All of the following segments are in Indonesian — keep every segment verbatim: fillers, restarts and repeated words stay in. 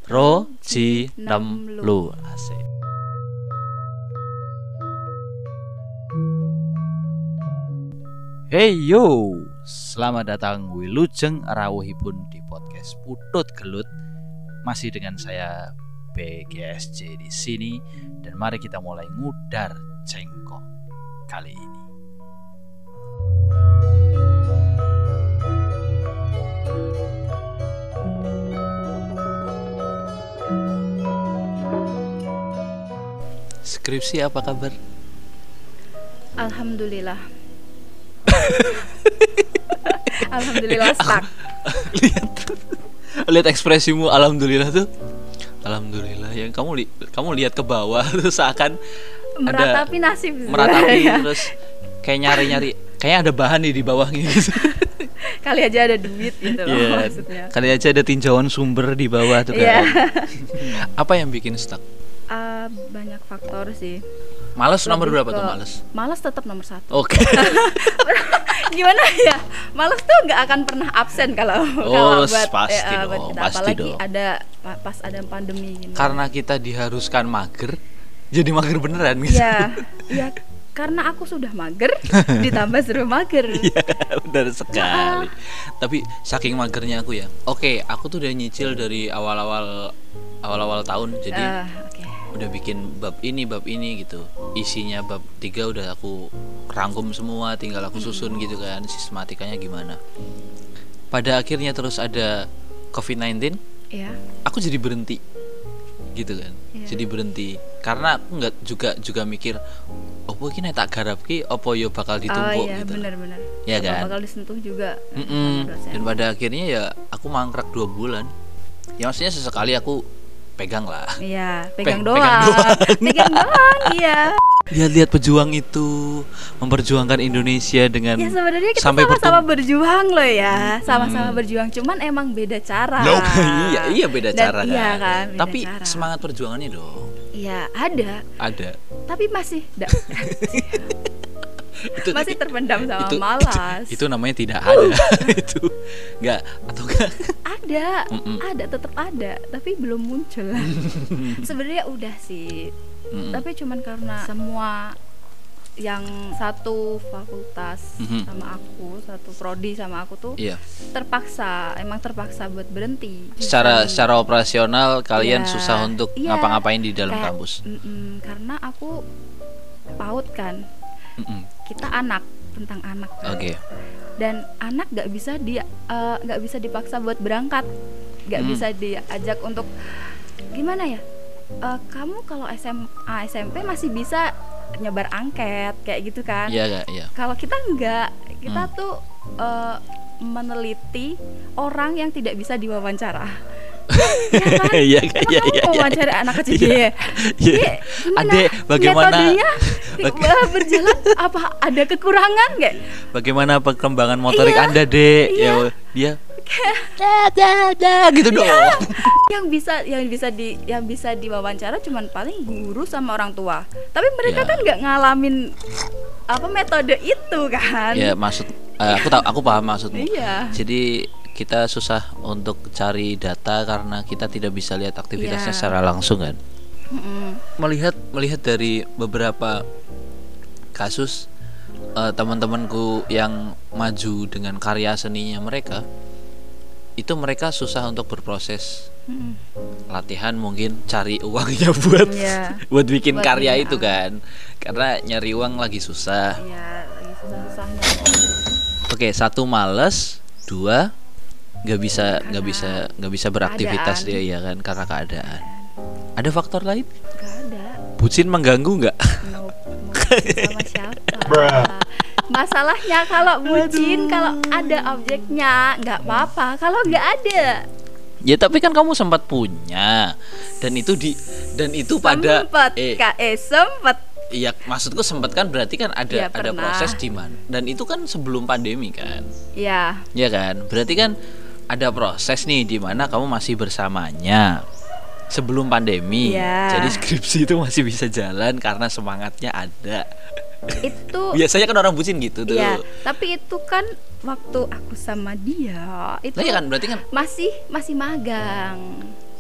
Ro Ji Nem Lu. Asik. Hey yo, selamat datang wilujeng rawuhipun di podcast Putut Gelut. Masih dengan saya B G S J di sini dan mari kita mulai ngudar cengkok kali ini. Skripsi apa kabar? Alhamdulillah. Alhamdulillah stuck. Lihat, lihat ekspresimu. Alhamdulillah tuh. Alhamdulillah yang kamu li- kamu lihat ke bawah terus seakan meratapi ada, nasib. meratapi terus kayak nyari-nyari. Kayaknya ada bahan nih di bawah gitu. Kali aja ada duit gitu loh Yeah. maksudnya. Kali aja ada tinjauan sumber di bawah tuh kan. Yeah. Apa yang bikin stuck? Uh, banyak faktor sih. Males nomor Lebih berapa ke- tuh males? Males tetap nomor satu. Oke. Gimana ya? Males tuh nggak akan pernah absen kalau Oh, kalau buat pasti eh, uh, buat dong, kita. pasti Apalagi dong. ada pa- pas ada pandemi gini. Karena kita diharuskan mager, jadi mager beneran gitu. Iya, iya. Karena aku sudah mager, ditambah suruh mager. Iya, benar sekali. Tapi saking magernya aku ya. Oke, aku tuh udah nyicil dari awal-awal awal-awal tahun. Jadi Uh, oke. udah bikin bab ini, bab ini gitu. Isinya bab tiga udah aku rangkum semua, tinggal aku susun gitu kan, sistematikanya gimana. Pada akhirnya terus ada covid sembilan belas, Iya. aku jadi berhenti. Gitu kan. Iya. Jadi berhenti karena aku nggak juga juga mikir opo iki nek tak garapki opo yo bakal ditumpuk Oh iya, gitu. benar-benar. Iya Apa kan? bakal disentuh juga Mm-mm. sama dosen. Dan pada akhirnya ya aku mangkrak dua bulan. Ya maksudnya sesekali aku pegang lah. Iya, Pe- pegang pegang doang. doang. Pegang doang, iya. Lihat-lihat pejuang itu memperjuangkan Indonesia dengan Ya sebenarnya kita sampai sama-sama bertum- berjuang loh ya. Sama-sama Hmm. berjuang, cuman emang beda cara. iya, iya beda Dan- cara kan. Iya kan, beda Tapi cara. semangat perjuangannya dong Iya, ada. ada. Tapi masih da- Itu masih terpendam sama itu, malas. Itu, itu namanya tidak ada. Itu enggak atau enggak? Ada, Mm-mm. ada tetap ada, tapi belum muncul. Sebenarnya udah sih. Mm-mm. Tapi cuman karena semua yang satu fakultas Mhm. sama aku, satu prodi sama aku tuh Iya. terpaksa, emang terpaksa buat berhenti. Secara Dan- secara operasional kalian Iya, susah untuk iya. ngapa-ngapain di dalam Kayak, kampus. mm-mm, karena aku PAUD kan, Mm-mm. kita anak, tentang anak kan. Oke. Dan anak nggak bisa dia eh, nggak bisa dipaksa buat berangkat, nggak Hmm. bisa diajak untuk gimana ya? Eh, kamu kalau S M A S M P masih bisa nyebar angket kayak gitu kan? Iya enggak, iya. Kalau kita enggak, kita Hmm. tuh eh, meneliti orang yang tidak bisa diwawancara. Ya kan? Iya, Emang iya, kamu iya, mau iya. wawancara anak kecil Iya. ya? Iya. Iya, gimana? Adek, bagaimana Metodenya bag- eh, berjalan apa ada kekurangan nggak? bagaimana perkembangan motorik Iya, Anda, Dek? iya. Ya dia da da da gitu dong. yang bisa yang bisa di yang bisa diwawancara cuman paling guru sama orang tua. Tapi mereka Ya. kan nggak ngalamin apa metode itu kan? Ya maksud eh, aku tahu aku paham maksudmu. Iya. Jadi kita susah untuk cari data karena kita tidak bisa lihat aktivitasnya Iya. secara langsung kan. Mm-mm. Melihat melihat dari beberapa kasus eh, teman-temanku yang maju dengan karya seninya mereka, itu mereka susah untuk berproses Mm-mm. latihan, mungkin cari uangnya buat Iya. buat bikin Buat karya bikin, itu ah. kan, karena nyari uang lagi susah. Iya, lagi susah-susahnya. Oke, satu males, dua nggak bisa nggak Karena bisa nggak bisa beraktivitas keadaan. dia ya kan karena keadaan. Ada faktor lain? Gak ada. Bucin mengganggu nggak? Nope. Mau sama siapa? Masalahnya kalau bucin, kalau ada objeknya nggak apa-apa. Kalau nggak ada, Ya tapi kan kamu sempat punya dan itu di dan itu pada sempet, eh Kak, eh sempet. iya maksudku sempat kan berarti kan ada Ya, ada pernah. proses di mana dan itu kan sebelum pandemi kan. Ya, Ya kan? Berarti kan ada proses nih di mana kamu masih bersamanya sebelum pandemi. Iya. Jadi skripsi itu masih bisa jalan karena semangatnya ada. itu Biasanya kan orang bucin gitu tuh. ya. Tapi itu kan waktu aku sama dia itu Nah, ya kan berarti kan masih masih magang.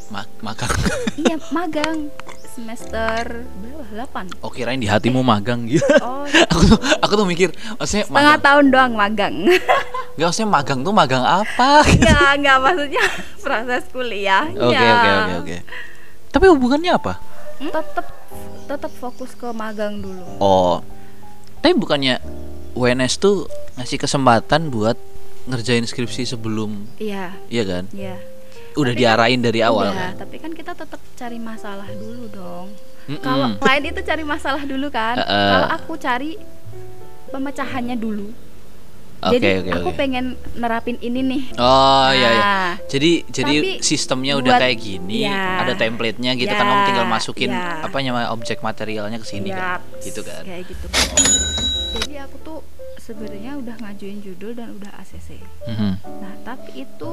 Ma- magang. Iya, magang semester berapa? delapan. Oh, kirain di hatimu magang gitu. Oh, aku tuh aku tuh mikir maksudnya setengah magang. tahun doang magang. Enggak, maksudnya magang tuh magang apa? Enggak, enggak maksudnya proses kuliahnya. Oke oke oke oke. Tapi hubungannya apa? Hmm? Tetap tetap fokus ke magang dulu. Oh. Tapi bukannya U N S tuh ngasih kesempatan buat ngerjain skripsi sebelum. Iya. Iya kan? Iya. Udah Tapi diarahin dari awal udah, kan? tapi kan kita tetap cari masalah dulu dong. Mm-mm. Kalau klien itu cari masalah dulu kan. Uh, uh. Kalau aku cari pemecahannya dulu. Oke Jadi oke aku oke. pengen nerapin ini nih. Oh iya iya. Nah, Jadi jadi tapi sistemnya udah buat- kayak gini, ya, ada template-nya gitu ya, kan, kamu tinggal masukin ya. apa namanya objek materialnya ke sini kan. Yaps, Gitu kan. Kayak gitu. Jadi aku tuh sebenarnya udah ngajuin judul dan udah A C C. Mhm. Nah, tapi itu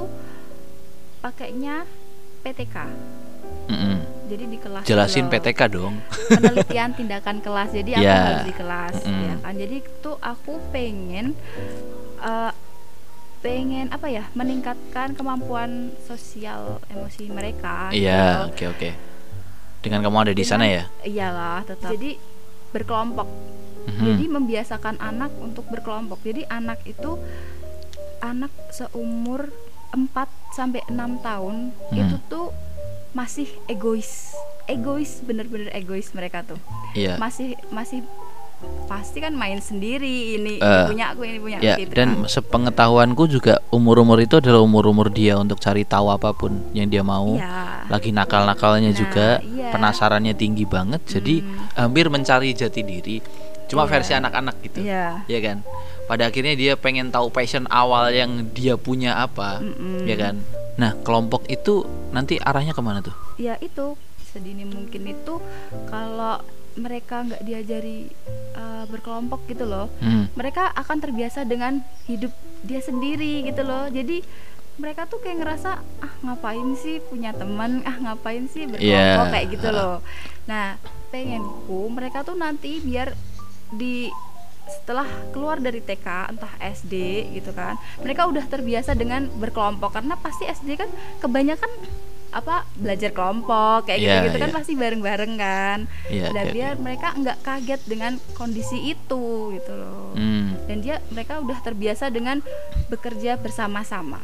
pakainya P T K. Mhm. Jadi di kelas Jelasin kalau P T K dong. penelitian tindakan kelas. Jadi aku Ya. harus di kelas Mm-mm. ya kan. Jadi tuh aku pengen eh, pengen apa ya? Meningkatkan kemampuan sosial emosi mereka. Iya, gitu. oke oke. Dengan kamu ada di Dengan- sana ya? Iyalah, tetap. Jadi berkelompok. Mhm. Jadi membiasakan anak untuk berkelompok. Jadi anak itu anak seumur empat sampai enam tahun Hmm. itu tuh masih egois. Egois, bener-bener egois mereka tuh. Iya. Masih masih pasti kan main sendiri, ini, ini Eh, punya aku, ini punya Ya, aku, gitu dan kan. sepengetahuanku juga umur-umur itu adalah umur-umur dia untuk cari tahu apapun yang dia mau. Iya. Lagi nakal-nakalnya Nah, juga, iya. penasarannya tinggi banget. Jadi Hmm. hampir mencari jati diri. Cuma Iya. versi anak-anak gitu. Iya. Ya kan? Pada akhirnya dia pengen tahu passion awal yang dia punya apa, Mm-mm. ya kan? Nah, kelompok itu nanti arahnya kemana tuh? Ya itu sedini mungkin itu kalau mereka nggak diajari uh, berkelompok gitu loh, Hmm. mereka akan terbiasa dengan hidup dia sendiri gitu loh. Jadi mereka tuh kayak ngerasa ah ngapain sih punya teman, ah ngapain sih berkelompok Yeah. kayak gitu Ha. loh. Nah, pengenku mereka tuh nanti biar di setelah keluar dari T K entah S D gitu kan, mereka udah terbiasa dengan berkelompok karena pasti S D kan kebanyakan apa belajar kelompok kayak Iya, gitu-gitu kan iya. pasti bareng-bareng kan. Iya, Dan oke, biar oke. mereka nggak kaget dengan kondisi itu gitu loh. Hmm. Dan dia mereka udah terbiasa dengan bekerja bersama-sama.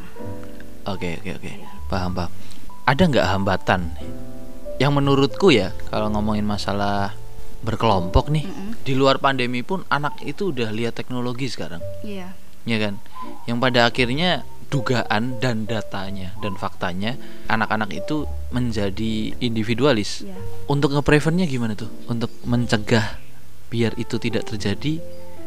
Oke oke oke, paham paham. Ada nggak hambatan yang menurutku ya kalau ngomongin masalah berkelompok nih, Mm-mm. di luar pandemi pun anak itu udah lihat teknologi sekarang, Iya. ya kan? Yang pada akhirnya dugaan dan datanya dan faktanya anak-anak itu menjadi individualis. Iya. Untuk nge-preventnya gimana tuh? Untuk mencegah biar itu tidak terjadi?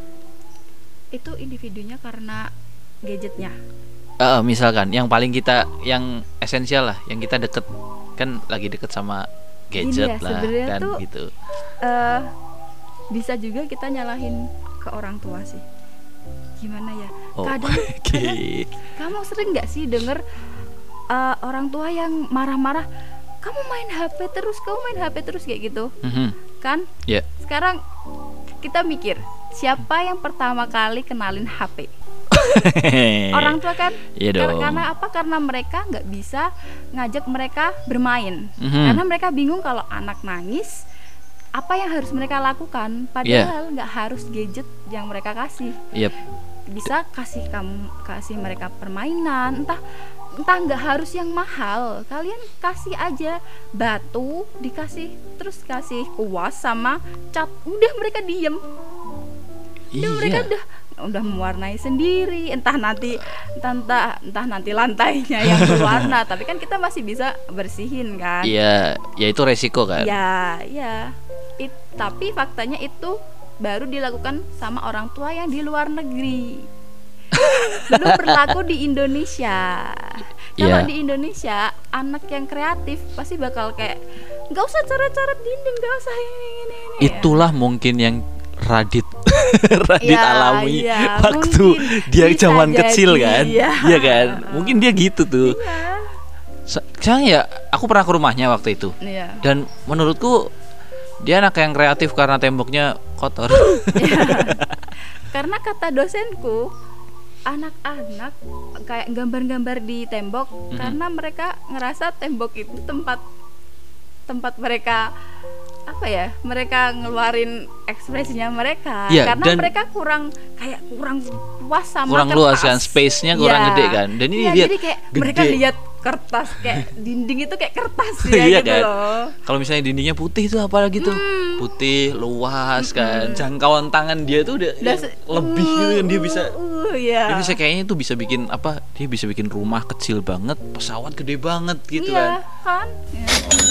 Itu individunya karena gadgetnya. Eh, misalkan yang paling kita yang esensial lah, yang kita deket kan lagi deket sama gadget ya, lah sebenarnya kan tuh- gitu. Eh bisa juga kita nyalahin ke orang tua sih. Gimana ya? Oh, Kadang, oke. kadang kamu sering nggak sih denger eh, orang tua yang marah-marah, kamu main H P terus, kamu main H P terus kayak gitu, Mhm. kan? Ya. Sekarang kita mikir, siapa yang pertama kali kenalin H P? Orang tua kan? Iya Kar- dong. Karena apa? Karena mereka nggak bisa ngajak mereka bermain. Mhm. Karena mereka bingung kalau anak nangis, apa yang harus mereka lakukan? Padahal nggak harus gadget yang mereka kasih. Yep. Bisa kasih kamu kasih mereka permainan, entah entah nggak harus yang mahal. Kalian kasih aja batu, dikasih terus kasih kuas sama cat, udah mereka diem. Udah mereka Iya. udah udah mewarnai sendiri, entah nanti entah entah, entah nanti lantainya yang berwarna, tapi kan kita masih bisa bersihin kan. Iya, ya itu resiko kan. Ya, ya. It, tapi faktanya itu baru dilakukan sama orang tua yang di luar negeri. Belum berlaku di Indonesia. Kalau Iya. di Indonesia, anak yang kreatif pasti bakal kayak nggak usah coret-coret dinding, nggak usah ini ini ini. Itulah mungkin yang Radit Radit Ya, alami ya, waktu mungkin dia bisa zaman jadi, kecil kan. ya. Iya kan? Mungkin dia gitu tuh. Iya. Se- Sekarang ya aku pernah ke rumahnya waktu itu. Iya. Dan menurutku dia anak yang kreatif karena temboknya kotor. Karena kata dosenku, anak-anak kayak gambar-gambar di tembok Mhm. karena mereka ngerasa tembok itu tempat tempat mereka apa ya, mereka ngeluarin ekspresinya mereka Iya, karena dan- mereka kurang kayak kurang luas sama kurang kertas. luas kan, space-nya kurang Iya. gede kan. Dan ini Iya, lihat jadi kayak gede. mereka lihat kertas kayak dinding itu kayak kertas ya Iya gitu kan? loh. Kalau misalnya dindingnya putih itu apalagi tuh, Hmm. putih luas kan, jangkauan tangan dia tuh udah Udah yang se- lebih gitu kan, dia uh, bisa uh, ya. dia bisa kayaknya tuh bisa bikin apa, dia bisa bikin rumah kecil banget, pesawat gede banget gitu iya, kan. kan? Ya.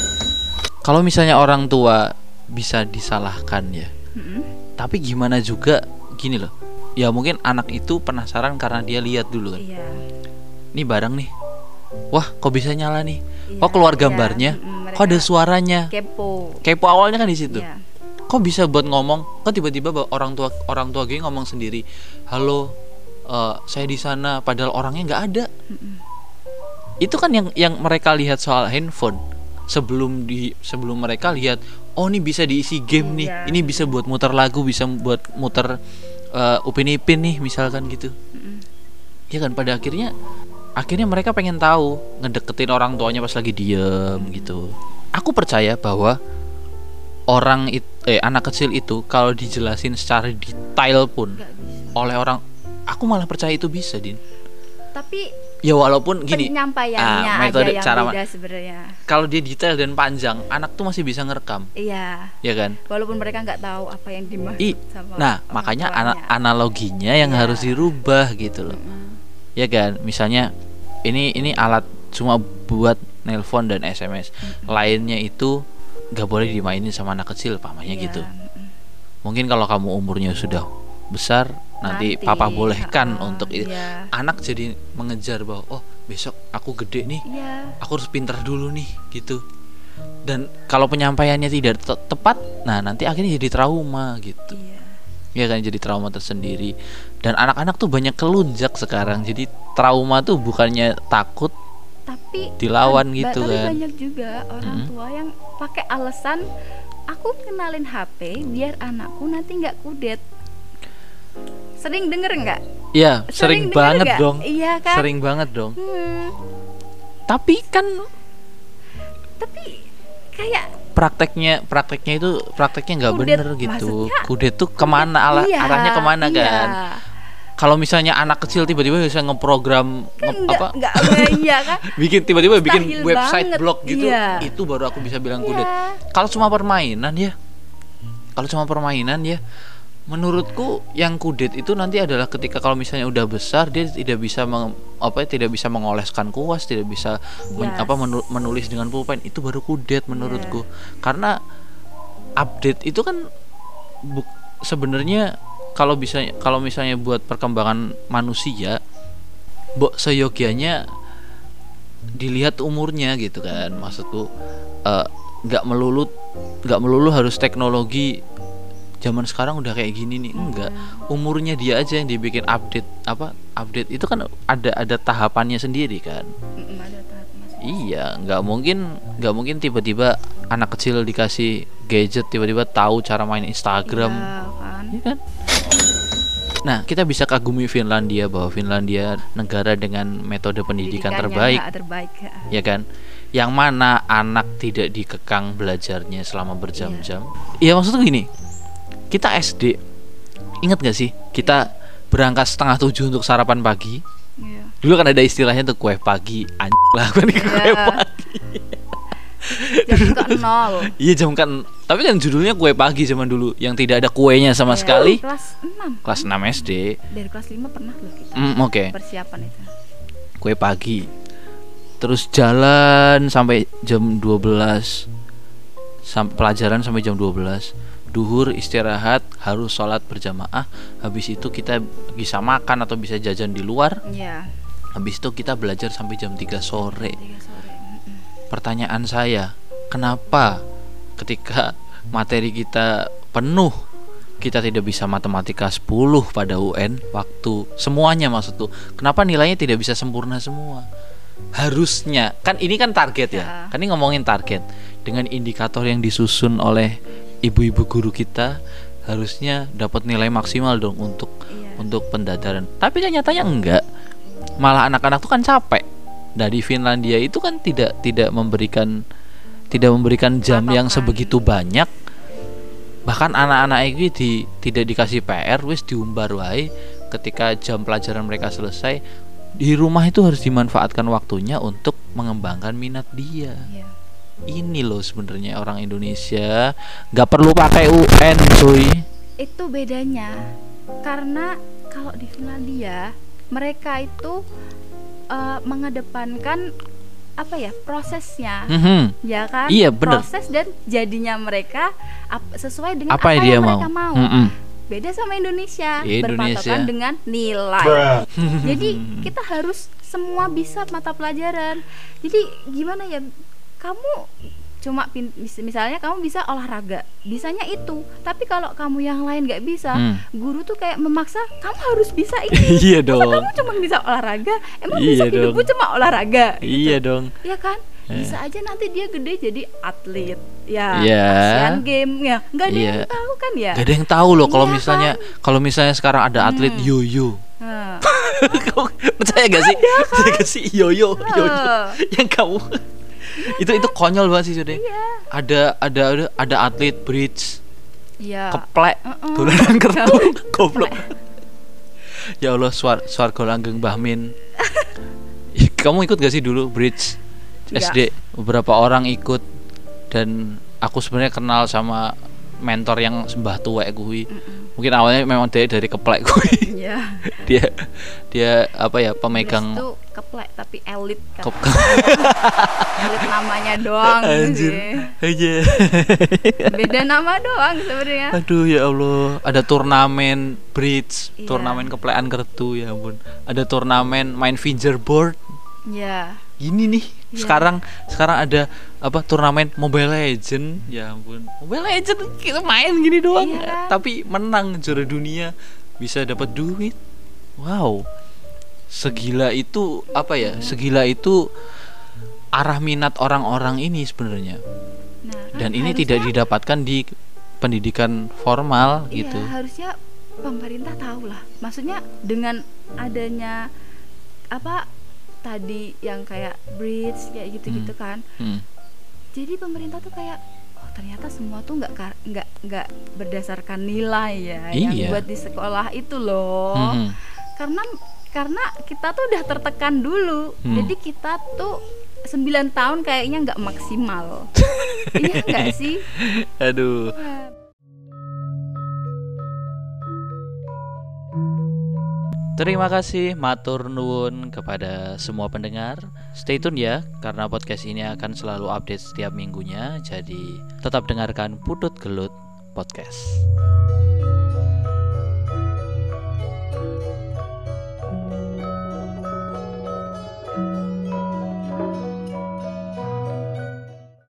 Kalau misalnya orang tua bisa disalahkan ya, Mm-mm. tapi gimana juga gini loh, ya mungkin anak itu penasaran karena dia lihat dulu kan, Iya. nih barang nih, wah kok bisa nyala nih, Iya, kok keluar iya. gambarnya, Mm-mm, kok ada mereka suaranya, kepo. kepo awalnya kan di situ. Iya. Kok bisa buat ngomong, kok tiba-tiba ba- orang tua orang tua gue ngomong sendiri, halo, eh, saya di sana, padahal orangnya nggak ada. Mm-mm. Itu kan yang yang mereka lihat soal handphone sebelum di sebelum mereka lihat, oh ini bisa diisi game nih, Iya. ini bisa buat muter lagu, bisa buat muter eh, Upin Ipin nih misalkan gitu. Mm-mm. Ya kan, pada akhirnya akhirnya mereka pengen tahu, ngedeketin orang tuanya pas lagi diem gitu. Aku percaya bahwa orang it, eh anak kecil itu kalau dijelasin secara detail pun Nggak bisa. oleh orang, aku malah percaya itu bisa, Din. Tapi Ya walaupun gini, penyampaiannya ah, metode aja yang cara ma- beda sebenarnya. kalau dia detail dan panjang, anak tuh masih bisa ngerekam, Iya. ya kan? Walaupun mereka nggak tahu apa yang dimaksud I, sama nah orang makanya tuanya. ana- analoginya yang Iya. harus dirubah gitu loh, Mm-mm. ya kan? Misalnya ini ini alat cuma buat nelpon dan S M S, lainnya itu nggak boleh dimainin sama anak kecil, pamannya Iya, gitu. mm-mm. Mungkin kalau kamu umurnya sudah besar, nanti, Nanti, papa bolehkan ha-ha, untuk itu. iya. Anak jadi mengejar bahwa oh besok aku gede nih, Iya. aku harus pintar dulu nih gitu. Dan kalau penyampaiannya tidak te- tepat, nah nanti akhirnya jadi trauma gitu. Iya. Ya kan, jadi trauma tersendiri. Dan anak-anak tuh banyak kelunjak sekarang. Jadi trauma tuh bukannya takut, Tapi dilawan ba- gitu tapi kan. banyak juga orang Mm-mm. tua yang pakai alasan aku kenalin H P biar anakku nanti nggak kudet. Sering denger nggak? Ya, sering, denger banget nggak? dong. Iya kan? Sering banget dong. Hmm, Tapi kan tapi kayak prakteknya prakteknya itu prakteknya nggak Kudet, bener gitu. maksudnya Kudet tuh kemana ala- iya, arahnya kemana iya. kan? Kalau misalnya anak kecil tiba-tiba bisa ngeprogram Kan nge- nggak apa nggak iya kan? bikin tiba-tiba bikin Mustahil website banget, blog gitu, iya. itu baru aku bisa bilang kudet. Iya. Kalau cuma permainan ya, kalau cuma permainan ya, menurutku yang kudet itu nanti adalah ketika kalau misalnya udah besar dia tidak bisa meng, apa ya, tidak bisa mengoleskan kuas, tidak bisa men- Yes. apa menu- menulis dengan pulpen, itu baru kudet menurutku. Karena update itu kan buk- sebenarnya kalau bisa kalau misalnya buat perkembangan manusia, mbok seyogianya dilihat umurnya gitu kan, maksudku eh, nggak melulu nggak melulu harus teknologi zaman sekarang udah kayak gini nih, enggak, umurnya dia aja yang dibikin update. Apa update itu kan ada ada tahapannya sendiri kan. Mm-mm, ada tahap masuk. Iya, nggak mungkin nggak mungkin tiba-tiba anak kecil dikasih gadget tiba-tiba tahu cara main Instagram, Iya, kan? ya kan? Nah, kita bisa kagumi Finlandia bahwa Finlandia negara dengan metode pendidikan Pendidikannya terbaik, nggak terbaik ya. ya kan? Yang mana anak tidak dikekang belajarnya selama berjam-jam. Iya, maksudnya gini, kita S D, ingat gak sih? Kita berangkat setengah tujuh untuk sarapan pagi. Iya. Dulu kan ada istilahnya tuh kue pagi, anjing lah kan kue Iya. pagi. Jam ke nol. Iya jam kan, tapi kan judulnya kue pagi zaman dulu, yang tidak ada kuenya sama Iya, sekali. Kelas enam. Kelas enam S D. Dari kelas lima pernah loh kita Hmm, oke. persiapan itu. Kue pagi. Terus jalan sampai jam dua belas. Sam- pelajaran sampai jam dua belas. Duhur istirahat, harus sholat berjamaah. Habis itu kita bisa makan atau bisa jajan di luar. Iya. Habis itu kita belajar sampai jam tiga sore. Tiga sore. Mm-mm. Pertanyaan saya, kenapa ketika materi kita penuh, kita tidak bisa matematika sepuluh pada U N waktu semuanya, maksudku, kenapa nilainya tidak bisa sempurna semua? Harusnya kan ini kan target ya, Ya. kan ini ngomongin target dengan indikator yang disusun oleh ibu-ibu guru kita. harusnya dapat nilai maksimal dong untuk Iya. untuk pendadaran. Tapi kan nyatanya enggak. Malah anak-anak tuh kan capek. Nah, di Finlandia itu kan tidak tidak memberikan tidak memberikan jam yang Patokan. sebegitu banyak. Bahkan anak-anak itu di, tidak dikasih P R, wis diumbar wae ketika jam pelajaran mereka selesai. Di rumah itu harus dimanfaatkan waktunya untuk mengembangkan minat dia. Iya. Ini loh sebenarnya orang Indonesia nggak perlu pakai U N, cuy. Itu bedanya. Karena kalau di Finlandia mereka itu eh, mengedepankan apa ya, prosesnya. Mhm. Ya kan? Iya, bener. Proses dan jadinya mereka ap- sesuai dengan Apa apa, yang dia yang mau? mereka mau. Mhm. Beda sama Indonesia, Indonesia. berpatokan dengan nilai. Jadi kita harus semua bisa mata pelajaran. Jadi gimana ya? Kamu cuma pin- mis- misalnya kamu bisa olahraga, bisanya itu. Tapi kalau kamu yang lain nggak bisa, Hmm. guru tuh kayak memaksa kamu harus bisa ini. Iya Masa dong. kamu cuma bisa olahraga? Emang Iya bisa dong. hidupmu cuma olahraga? Iya gitu. dong. Ya kan? Bisa aja nanti dia gede jadi atlet. Ya, Iya. Asian Game ya. Nggak ada Iya. yang tahu kan ya. Gak ada yang tahu loh kalau Iya misalnya kalau misalnya sekarang ada atlet Hmm. yoyo. Nah, Kamu percaya gak sih? Percaya gak sih yoyo yoyo Eh. yang kamu itu itu konyol banget sih sudah. iya. Ada ada ada ada atlet bridge, Iya. keplek, Uh-uh. dolanan kertu, Tahu. goblok. Ya Allah, swar swarga langgeng Mbah Min. Ih, kamu ikut gak sih dulu bridge S D? Beberapa orang ikut dan aku sebenarnya kenal sama mentor yang sembah tuwek kuwi. Mm-mm. Mungkin awalnya memang dari dari keplek kuwi. Iya. dia dia apa ya, pemegang itu keplek tapi elit kan. kep Elit namanya doang anjir sih. aja. Beda nama doang sebenarnya. Aduh ya Allah, ada turnamen bridge, Iya. turnamen keplekan kertu, ya ampun. Ada turnamen main fingerboard. Ya. Gini nih. Iya. Sekarang sekarang ada apa, turnamen Mobile Legend. Ya ampun. Mobile Legend kita main gini doang, Iya kan? tapi menang juara dunia, bisa dapat duit. Wow. Segila itu apa ya? Segila itu arah minat orang-orang ini sebenarnya. Nah, kan Dan ini harusnya- tidak didapatkan di pendidikan formal Iya, gitu. harusnya pemerintah tahu lah. Maksudnya dengan adanya apa tadi yang kayak bridge kayak gitu-gitu kan. Hmm. Jadi pemerintah tuh kayak oh ternyata semua tuh nggak kar- nggak nggak berdasarkan nilai ya yang Iya. buat di sekolah itu loh. Hmm. Karena karena kita tuh udah tertekan dulu. Hmm. Jadi kita tuh sembilan tahun kayaknya nggak maksimal. Iya nggak sih? Aduh. Ya. Terima kasih matur nuwun kepada semua pendengar. Stay tune ya, karena podcast ini akan selalu update setiap minggunya. Jadi tetap dengarkan Putut Gelut Podcast.